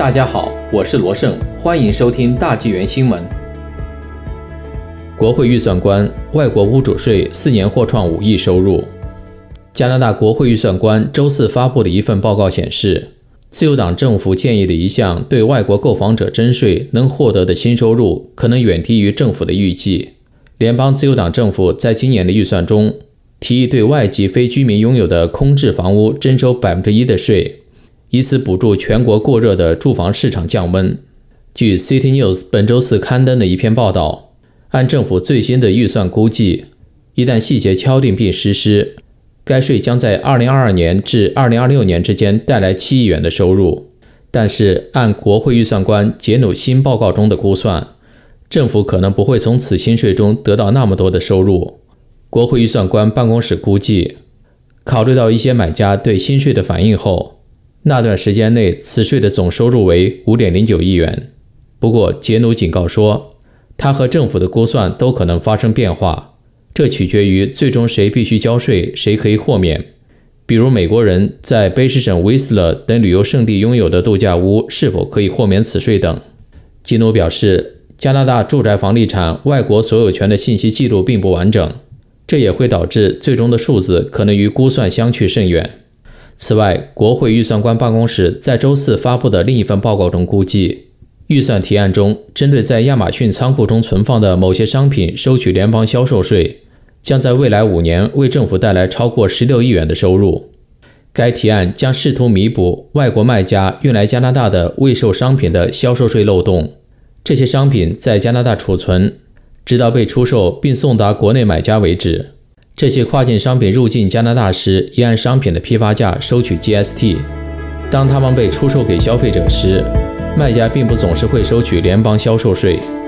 大家好，我是罗胜，欢迎收听大纪元新闻。国会预算官外国屋主税4年或创5亿收入。加拿大国会预算官周四发布的一份报告显示，自由党政府建议的一项对外国购房者征税能获得的新收入可能远低于政府的预计。联邦自由党政府在今年的预算中提议对外籍非居民拥有的空置房屋征收 1% 的税，以此补助全国过热的住房市场降温。据 City News 本周四刊登的一篇报道，按政府最新的预算估计，一旦细节敲定并实施，该税将在2022年至2026年之间带来7亿元的收入。但是按国会预算官杰努新报告中的估算，政府可能不会从此新税中得到那么多的收入。国会预算官办公室估计，考虑到一些买家对新税的反应后，那段时间内此税的总收入为 5.09 亿元。不过杰努警告说，他和政府的估算都可能发生变化，这取决于最终谁必须交税，谁可以豁免。比如美国人在卑诗省威斯勒等旅游胜地拥有的度假屋是否可以豁免此税等。杰努表示，加拿大住宅房地产外国所有权的信息记录并不完整，这也会导致最终的数字可能与估算相去甚远。此外，国会预算官办公室在周四发布的另一份报告中估计，预算提案中针对在亚马逊仓库中存放的某些商品收取联邦销售税，将在未来5年为政府带来超过16亿元的收入。该提案将试图弥补外国卖家运来加拿大的未售商品的销售税漏洞。这些商品在加拿大储存，直到被出售并送达国内买家为止。这些跨境商品入境加拿大时，已按商品的批发价收取 GST。当它们被出售给消费者时，卖家并不总是会收取联邦销售税。